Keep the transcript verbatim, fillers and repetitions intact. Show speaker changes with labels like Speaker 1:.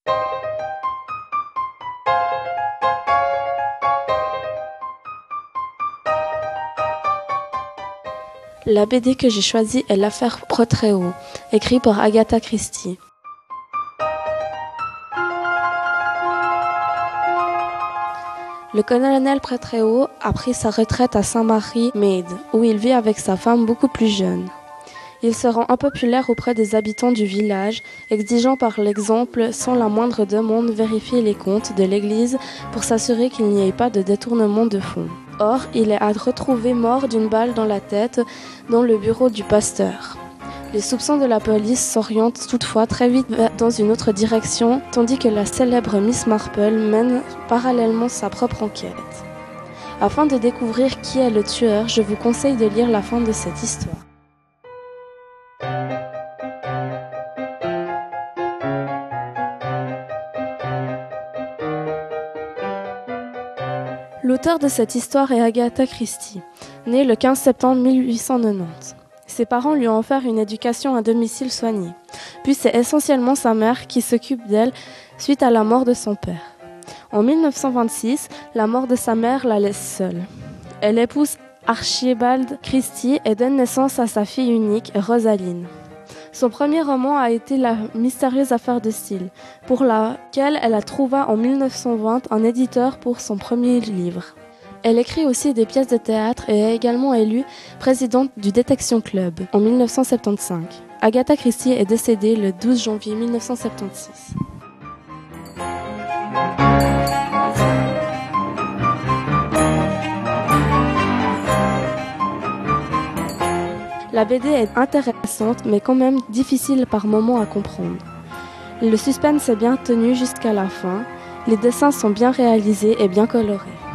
Speaker 1: La B D que j'ai choisie est L'affaire Protreo, écrite par Agatha Christie. Le colonel Protreo a pris sa retraite à Saint-Mary-Mead, où il vit avec sa femme beaucoup plus jeune. Il se rend impopulaire auprès des habitants du village, exigeant par l'exemple, sans la moindre demande, vérifier les comptes de l'église pour s'assurer qu'il n'y ait pas de détournement de fonds. Or, il est à retrouver mort d'une balle dans la tête dans le bureau du pasteur. Les soupçons de la police s'orientent toutefois très vite dans une autre direction, tandis que la célèbre Miss Marple mène parallèlement sa propre enquête. Afin de découvrir qui est le tueur, je vous conseille de lire la fin de cette histoire. L'auteur de cette histoire est Agatha Christie, née le quinze septembre mille huit cent quatre-vingt-dix. Ses parents lui ont offert une éducation à domicile soignée, puis c'est essentiellement sa mère qui s'occupe d'elle suite à la mort de son père. En mille neuf cent vingt-six, la mort de sa mère la laisse seule. Elle épouse Archibald Christie et donne naissance à sa fille unique, Rosaline. Son premier roman a été La mystérieuse affaire de Steele, pour laquelle elle a trouvé en mille neuf cent vingt un éditeur pour son premier livre. Elle écrit aussi des pièces de théâtre et est également élue présidente du Detection Club en mille neuf cent soixante-quinze. Agatha Christie est décédée le douze janvier mille neuf cent soixante-seize. La B D est intéressante, mais quand même difficile par moments à comprendre. Le suspense est bien tenu jusqu'à la fin, les dessins sont bien réalisés et bien colorés.